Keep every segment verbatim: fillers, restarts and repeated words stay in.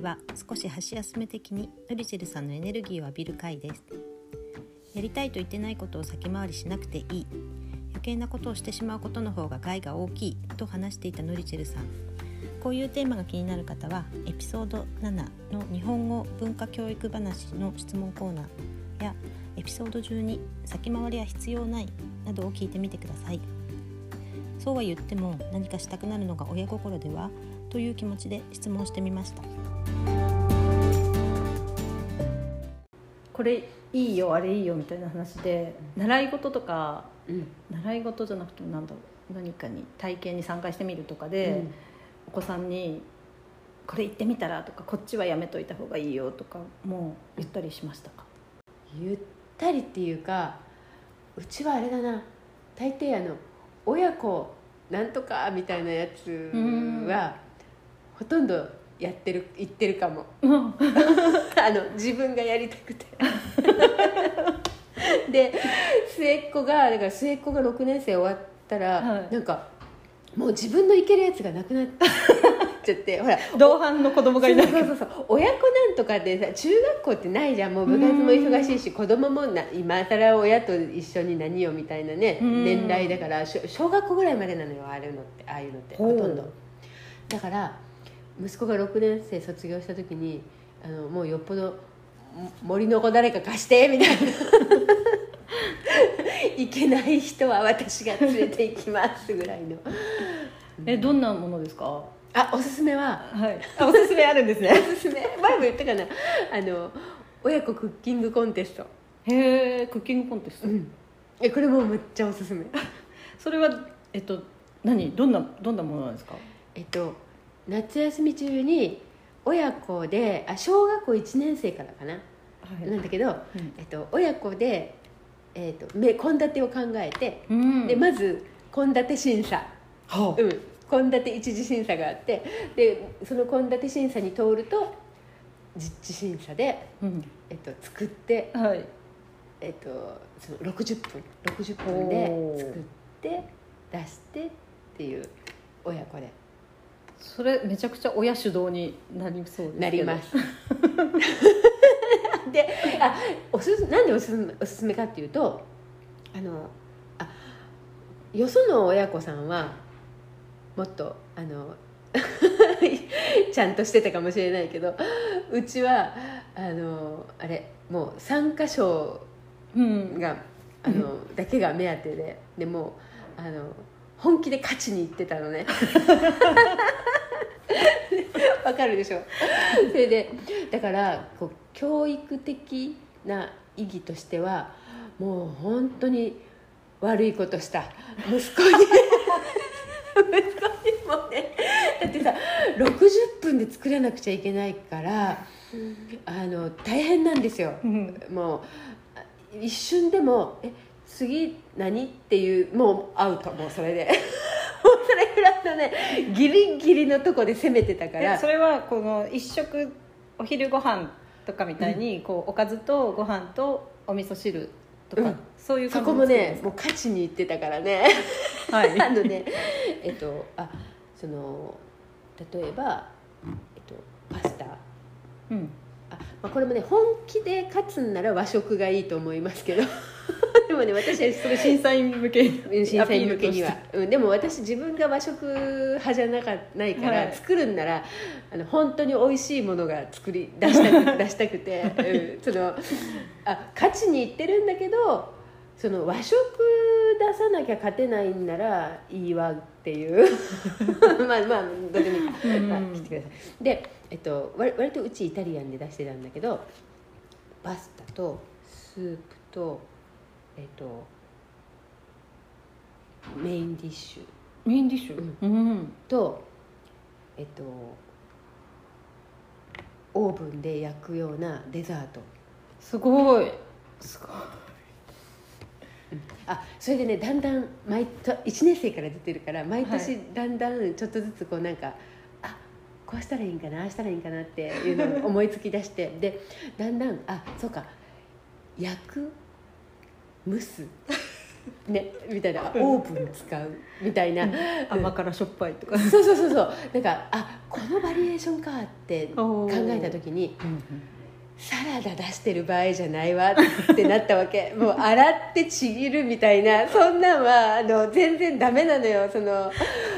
は少し箸休め的にノリチェルさんのエネルギーを浴びる回です。やりたいと言ってないことを先回りしなくていい、余計なことをしてしまうことの方が害が大きいと話していたノリチェルさん。こういうテーマが気になる方はエピソードななの日本語文化教育話の質問コーナーやエピソードじゅうに先回りは必要ないなどを聞いてみてください。そうは言っても何かしたくなるのが親心ではという気持ちで質問してみました。 これいいよあれいいよみたいな話で、習い事とか、うん、習い事じゃなくてもなんだろう、何かに体験に参加してみるとかで、うん、お子さんにこれ言ってみたらとか、こっちはやめといた方がいいよとかもう言ったりしましたか？ 言ったりっていうか、うちはあれだな、大抵あの親子なんとかみたいなやつはほとんどやってる言ってるかも、うん、あの自分がやりたくてで末っ子がだから末っ子がろくねん生終わったら、はい、なんかもう自分のいけるやつがなくなっちゃってほら同伴の子供がいないそうそうそうそう、親子なんとかでさ、中学校ってないじゃん、もう部活も忙しいし子供もな今更親と一緒に何よみたいなね年代だから、小学校ぐらいまでなのよ、ああいうのってああいうのってほとんどだから、息子がろくねん生卒業した時にあのもうよっぽど森の子誰か貸してみたいないけない人は私が連れて行きますぐらいのえ、どんなものですか？ あ、おすすめは、 はい、あ、おすすめあるんですねおすすめ前も言ったかな、あの親子クッキングコンテスト。 へえ、クッキングコンテスト、うん、 えこれもめっちゃおすすめそれはえっと何どんなどんなものなんですか？ えっと夏休み中に親子であ小学校いちねん生からかな、はい、なんだけど、うん、えっと、親子でえっと献立を考えて、うん、でまず献立審査、はあ、うん献立一次審査があって、でその献立審査に通ると実地審査で、うんえっと、作って、はいえっと、そのろくじゅっぷんろくじゅっぷんで作って出してっていう親子で。 それめちゃくちゃ親主導になりそうですけど。 なりますであおすすなんでおすすめ、おすすめかっていうと、あのあよその親子さんはもっとあのちゃんとしてたかもしれないけど、うちはあのあれもう参加賞が、うん、あのだけが目当てで、でもあの本気で勝ちに行ってたのねわかるでしょそれでだからこう教育的な意義としてはもう本当に悪いことした息子に息子にもね、だってさろくじゅっぷんで作らなくちゃいけないから、うん、あの大変なんですよ、うん、もう一瞬でもえ次何っていうもうアウト、もうそれでもうそれぐらいのねギリギリのとこで攻めてたから。 それはこの一食お昼ご飯とかみたいに、うん、こうおかずとご飯とお味噌汁とか、うん、そういう感じそこもねもう勝ちに行ってたからねはいあのねえっとあその例えば、えっと、パスタ、うんあまあ、これもね本気で勝つんなら和食がいいと思いますけどでもね私はそれ審査員向けに審査員向けには、うん、でも私自分が和食派じゃなかないから、はい、作るんならあの本当に美味しいものが作り出したく出したくて、うん、そのあ勝ちにいってるんだけどその和食出さなきゃ勝てないんならいいわっていうまあまあどうでもいいか、まあ、来てください。で、えっと、割, 割とうちイタリアンで出してたんだけど、パスタとスープとえっとメインディッシュメインディッシュ、 うんうん、とえっとオーブンで焼くようなデザート。 すごいすごい。 あそれでねだんだん毎いちねん生から出てるから毎年だんだんちょっとずつこうなんか、はい、あこうしたらいいんかなああしたらいいんかなっていうのを思いつき出してでだんだんあそうか焼く蒸すね、みたいな、オーブン使うみたいな、うん、 甘辛しょっぱいとか、 そうそうそうそう、なんかあこのバリエーションかって考えた時に、うんうん、サラダ出してる場合じゃないわってなったわけもう洗ってちぎるみたいな、そんなんはあの全然ダメなのよ、その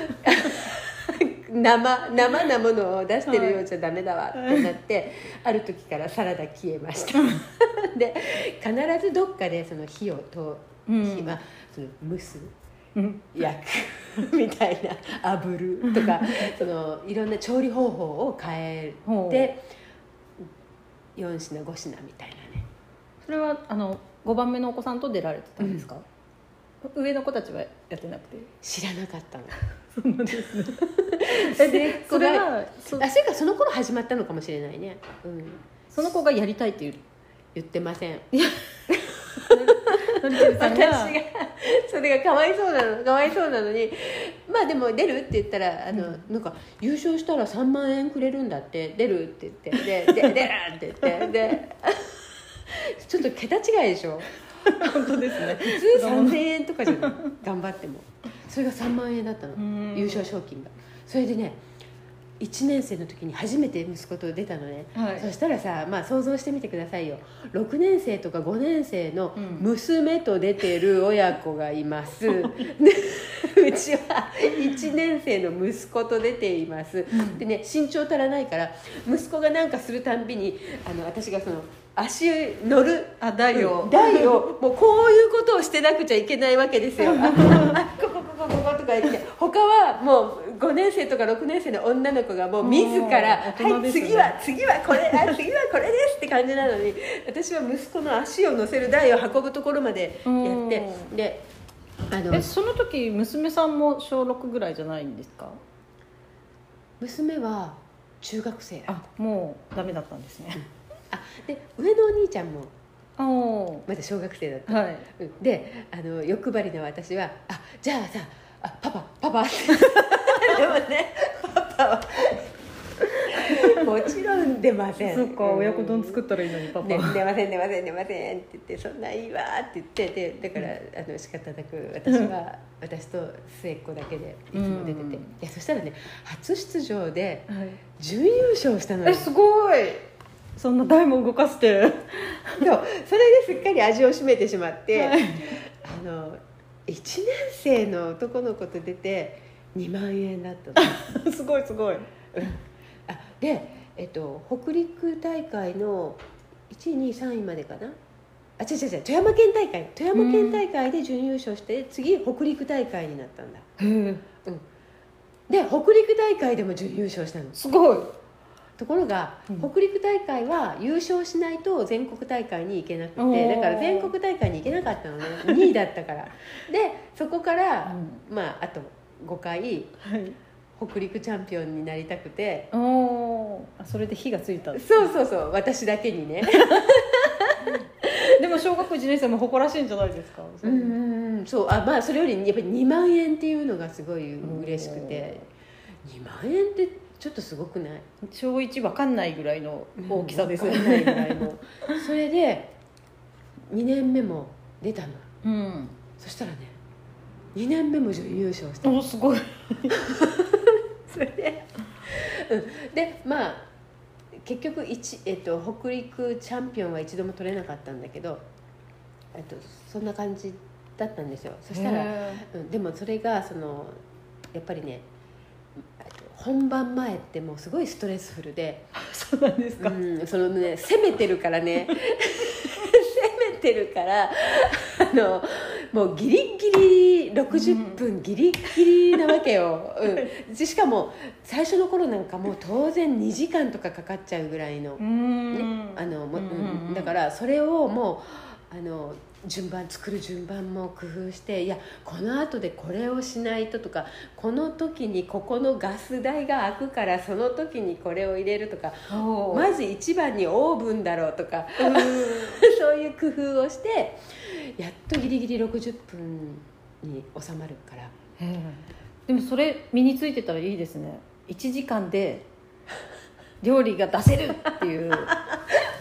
生, 生なものを出してるようじゃダメだわってなって、はい、ある時からサラダ消えましたで必ずどっかでその火をと、うん、火はその蒸す、うん、焼くみたいな、炙るとかそのいろんな調理方法を変えてよん品ご品みたいなね。 それはあのごばんめのお子さんと出られてたんですか？うん、上の子たちはやってなくて知らなかったのそうなんですねでそれはそれがその頃始まったのかもしれないね、うん、 その子がやりたいって言う言ってませんのりちるさんが私がそれがかわいそうなのかわいそうなのに、まあでも出るって言ったらあの、うん、なんか優勝したらさんまんえんくれるんだって出るって言ってでで出るって言ってでちょっと桁違いでしょ本当ですね。 普通さんぜんえんとかじゃない頑張っても。それがさんまんえんだったの、優勝賞金が。それでねいちねん生の時に初めて息子と出たのね、はい、そしたらさ、まあ、想像してみてくださいよ。ろくねん生とかごねん生の娘と出てる親子がいます、うん、うちはいちねん生の息子と出ています、うん、でね身長足らないから息子がなんかするたんびにあの私がその足乗るあ台を、 うん、台をもうこういうことをしてなくちゃいけないわけですよあこここここことか言って他はもうごねん生とかろくねん生の女の子がもう自ら「はい、次は次はこれあ次はこれです」って感じなのに私は息子の足を乗せる台を運ぶところまでやってであのえその時娘さんも小ろくぐらいじゃないんですか？ 娘は中学生だ。 あもうダメだったんですね、 あで上のお兄ちゃんもまだ小学生だった、はい、であの欲張りな私はあじゃあさあパパパパってでもねパパはもちろん出ません。 そっか、親子丼作ったらいいのにパパ、ね、 出ません出ません出ませんって言ってそんないいわって言ってでだから、うん、あの仕方なく私は私と末っ子だけでいつも出てて、うん、いやそしたらね初出場で準優勝したのよ、 はい、えすごいそんな台も動かしてそうそれですっかり味を占めてしまって、はい、あのいちねん生の男の子と出てにまんえんだったのすごいすごい、うん、 あで、えっと、北陸大会のいちいにいさんいまでかなあ違う違う違う富山県大会富山県大会で準優勝して次北陸大会になったんだへえ、うん、で北陸大会でも準優勝したのすごいところが、うん、北陸大会は優勝しないと全国大会に行けなくてだから全国大会に行けなかったのねにいだったからでそこから、うん、まああとごかい、はい、北陸チャンピオンになりたくておそれで火がついたそうそうそう私だけにねでも小学校いちねん生も誇らしいんじゃないですか？ うんうんそうあまあそれよりやっぱりにまんえんっていうのがすごい嬉しくてにまんえんってちょっとすごくない？ 小いち分かんないぐらいの大きさですね、 うん、分かんないぐらいのそれでにねんめも出たの、うん、そしたらねにねんめも準優勝したおすごいそれで、うん、でまあ結局1、えっと、北陸チャンピオンは一度も取れなかったんだけど、えっと、そんな感じだったんですよ。そしたら、うん、でもそれがそのやっぱりね本番前ってもうすごいストレスフルでそうなんですか、 うん、そのね攻めてるからね攻めてるからあのもうギリギリろくじゅっぷんギリギリなわけよ、うん、しかも最初の頃なんかもう当然にじかんとかかかっちゃうぐらいの、ね、あのも、うん、だからそれをもうあの順番作る順番も工夫していやこの後でこれをしないととかこの時にここのガス台が開くからその時にこれを入れるとかまず一番にオーブンだろうとかそういう工夫をしてやっとギリギリろくじゅっぷんに収まるから。 へでもそれ身についてたらいいですね。いちじかんで料理が出せるっていう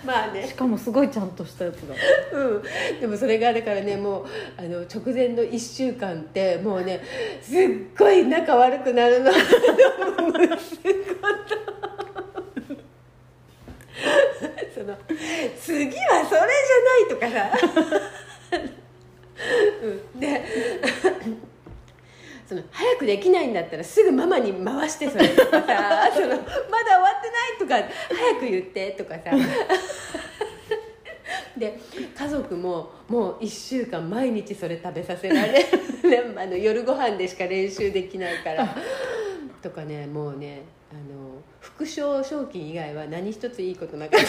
まあね、 しかもすごいちゃんとしたやつだ、 うん、でもそれがだからね、もうあの直前のいっしゅうかんってもうねすっごい仲悪くなるの息子とその次はそれじゃないとかさうん、でその早くできないんだったらすぐママに回してそれとかさそのまだ終わってないとか早く言ってとかさで家族ももういっしゅうかん毎日それ食べさせられあの夜ご飯でしか練習できないからとかね、もうねあの副賞賞金以外は何一ついいことなかった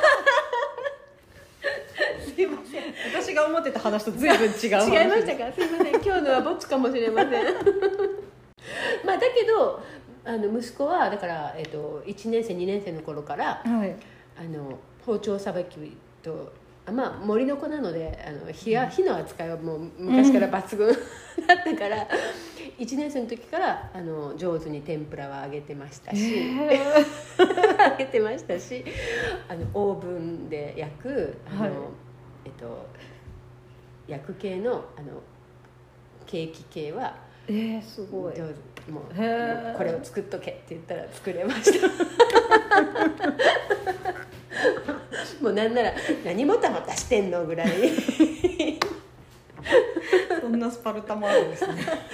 すいません、 私が思ってた話と随分違う話違いましたか、すいません、今日のはぼっちかもしれませんまあだけどあの息子はだから、えっと、いちねん生にねん生の頃から、 はい、 あの包丁さばきとあ、まあ、森の子なのであの 火, や火の扱いはもう昔から抜群だったから、うん、いちねん生の時からあの上手に天ぷらは揚げてましたし揚げてましたし、あのオーブンで焼くあの、はい、えっと、焼く系のあのケーキ系はえー、すごい上手、もう、もうこれを作っとけって言ったら作れましたもうなんなら何もたもたしてんのぐらいそんなスパルタもあるんですね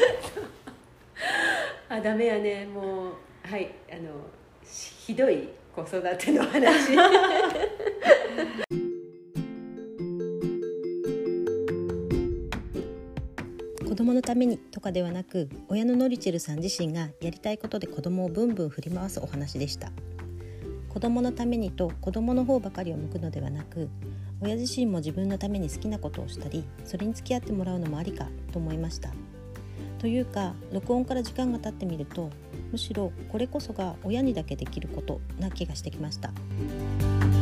あ、ダメやね、もうはい、あのひどい子育ての話子供のためにとかではなく、親のノリチェルさん自身がやりたいことで子供をブンブン振り回すお話でした。子供のためにと子供の方ばかりを向くのではなく、親自身も自分のために好きなことをしたり、それに付き合ってもらうのもありかと思いました。というか、録音から時間が経ってみると、むしろこれこそが親にだけできることな気がしてきました。